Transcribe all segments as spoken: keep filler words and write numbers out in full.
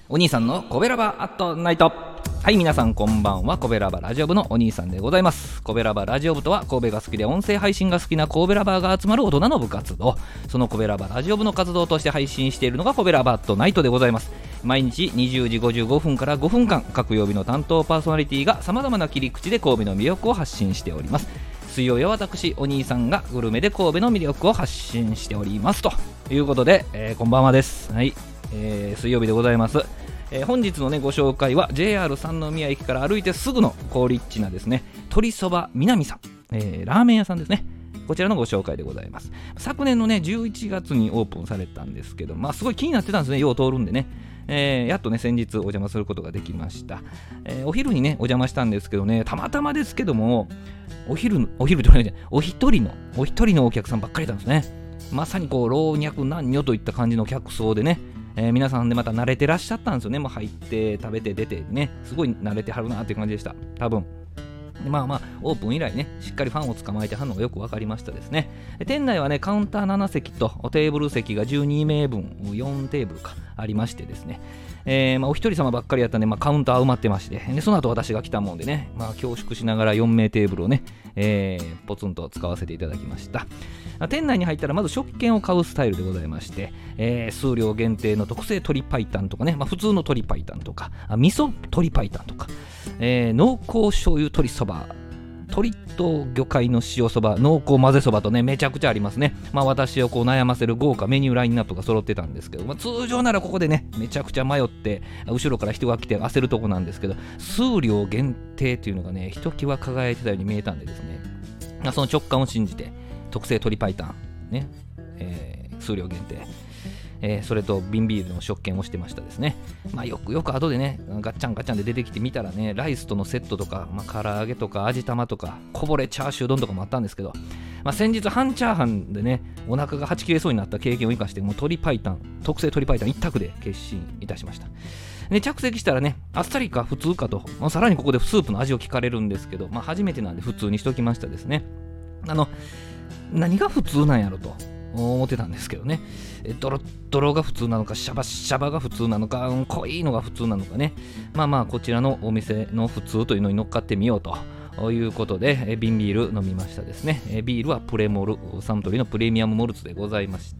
お兄さんのコベラバアットナイト。はい、皆さんこんばんは。コベラバラジオ部のお兄さんでございます。コベラバラジオ部とは、神戸が好きで音声配信が好きな神戸ラバーが集まる大人の部活動。そのコベラバラジオ部の活動として配信しているのがコベラバアットナイトでございます。毎日にじゅうじごじゅうごふんからごふんかん、各曜日の担当パーソナリティが様々な切り口で神戸の魅力を発信しております。水曜日は私お兄さんがグルメで神戸の魅力を発信しておりますということで、えー、こんばんはです。はい、えー、水曜日でございます。えー、本日のねご紹介は ジェイアール 三宮駅から歩いてすぐの好立地なですね、鶏そば南さん、えー、ラーメン屋さんですね。こちらのご紹介でございます。昨年のねじゅういちがつにオープンされたんですけど、まあすごい気になってたんですね。よう通るんでね、えー、やっとね先日お邪魔することができました。えー、お昼にねお邪魔したんですけどね、たまたまですけどもお昼お昼とねお一人のお一人のお客さんばっかりいたんですね。まさにこう老若男女といった感じの客層でね、えー、皆さんでまた慣れてらっしゃったんですよね。もう入って食べて出てね、すごい慣れてはるなっていう感じでした。多分でまあまあオープン以来ね、しっかりファンを捕まえてはるのがよく分かりましたですね。店内はねカウンターななせきとテーブル席がじゅうにめいぶん、よんテーブルかありましてですね、えーまあ、お一人様ばっかりやったんで、まあ、カウンター埋まってまして、でその後私が来たもんでね、まあ、恐縮しながらよんめいテーブルをね、えー、ポツンと使わせていただきました。店内に入ったらまず食券を買うスタイルでございまして、えー、数量限定の特製鶏白湯とかね、まあ、普通の鶏白湯とかあ味噌鶏白湯とか、えー、濃厚醤油鶏そば、鶏と魚介の塩そば、濃厚混ぜそばとねめちゃくちゃありますね。まあ私をこう悩ませる豪華メニューラインナップが揃ってたんですけど、まあ、通常ならここでねめちゃくちゃ迷って後ろから人が来て焦るとこなんですけど、数量限定っていうのがねひときわ輝いてたように見えたんでですね、まあ、その直感を信じて特製鶏白湯ね、えー、数量限定、えー、それと瓶ビールの食券をしてましたですね。まあよくよく後でねガッチャンガッチャンで出てきてみたらね、ライスとのセットとか、まあ、唐揚げとか味玉とかこぼれチャーシュー丼とかもあったんですけど、まあ、先日半チャーハンでねお腹がはち切れそうになった経験を生かして、もう鶏白湯特製鶏白湯一択で決心いたしました。で着席したらね、あっさりか普通かと、まあ、さらにここでスープの味を聞かれるんですけど、まあ、初めてなんで普通にしときましたですね。あの何が普通なんやろと思ってたんですけどね、ドロッドロが普通なのかシャバシャバが普通なのか、うん、濃いのが普通なのかね、まあまあこちらのお店の普通というのに乗っかってみようということで瓶ビール飲みましたですね。ビールはプレモル、サントリーのプレミアムモルツでございました。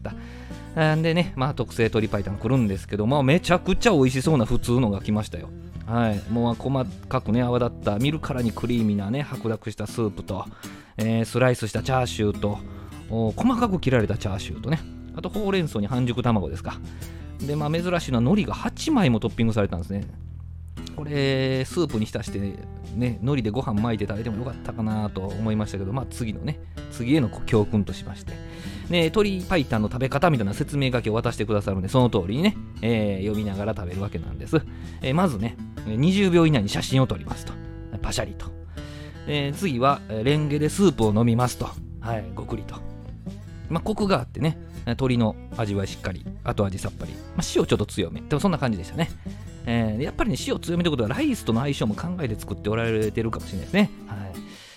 でね、まあ特製鶏白湯来るんですけど、まあめちゃくちゃ美味しそうな普通のが来ましたよ。はい、もう細かくね泡立った見るからにクリーミーなね白濁したスープと、えー、スライスしたチャーシューと細かく切られたチャーシューとね、あとほうれん草に半熟卵ですか。でまあ珍しいのは海苔がはちまいもトッピングされたんですね。これスープに浸してね海苔でご飯巻いて食べてもよかったかなと思いましたけど、まあ次のね次への教訓としまして、ね、鶏白湯の食べ方みたいな説明書きを渡してくださるんで、その通りにね、えー、読みながら食べるわけなんです。えー、まずねにじゅうびょう以内に写真を撮りますと、パシャリと、えー、次はレンゲでスープを飲みますと、はい、ごくりと、まあ、コクがあってね鶏の味はしっかり、後味さっぱり、まあ、塩ちょっと強め、でもそんな感じでしたね。えー、やっぱりね塩強めということはライスとの相性も考えて作っておられてるかもしれないですね。はい、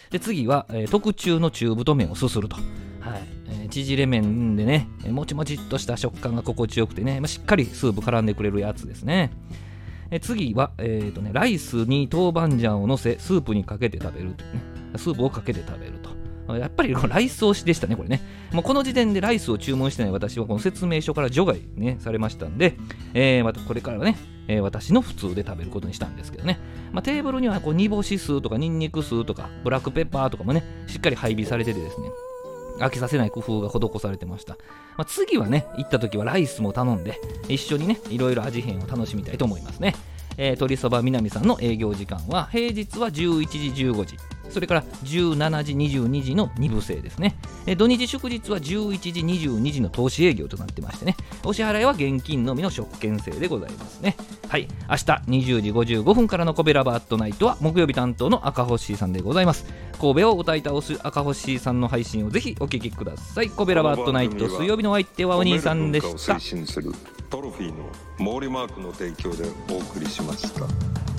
で次は、えー、特注の中太麺をすすると、はいえー、縮れ麺でねもちもちっとした食感が心地よくてね、まあ、しっかりスープ絡んでくれるやつですね。えー、次は、えーとね、ライスに豆板醤をのせスープにかけて食べるというね、スープをかけて食べると、やっぱりライス推しでしたねこれね。もうこの時点でライスを注文してない私はこの説明書から除外、ね、されましたんで、えー、またこれからはね、えー、私の普通で食べることにしたんですけどね、まあ、テーブルにはこう煮干し酢とかニンニク酢とかブラックペッパーとかもねしっかり配備されててですね、飽きさせない工夫が施されてました。まあ、次はね行った時はライスも頼んで一緒にねいろいろ味変を楽しみたいと思いますね。えー、鶏そば南さんの営業時間は平日はじゅういちじじゅうごじ、それからじゅうしちじにじゅうにじのにぶ制ですね。えー、土日祝日はじゅういちじにじゅうにじの投資営業となってましてね、お支払いは現金のみの食券制でございますね。はい、明日にじゅうじごじゅうごふんからのコベラバットナイトは木曜日担当の赤星さんでございます。神戸を歌い倒す赤星さんの配信をぜひお聞きください。コベラバットナイト水曜日のお相手はお兄さんでした。 トロフィーの毛利マークの提供でお送りしました。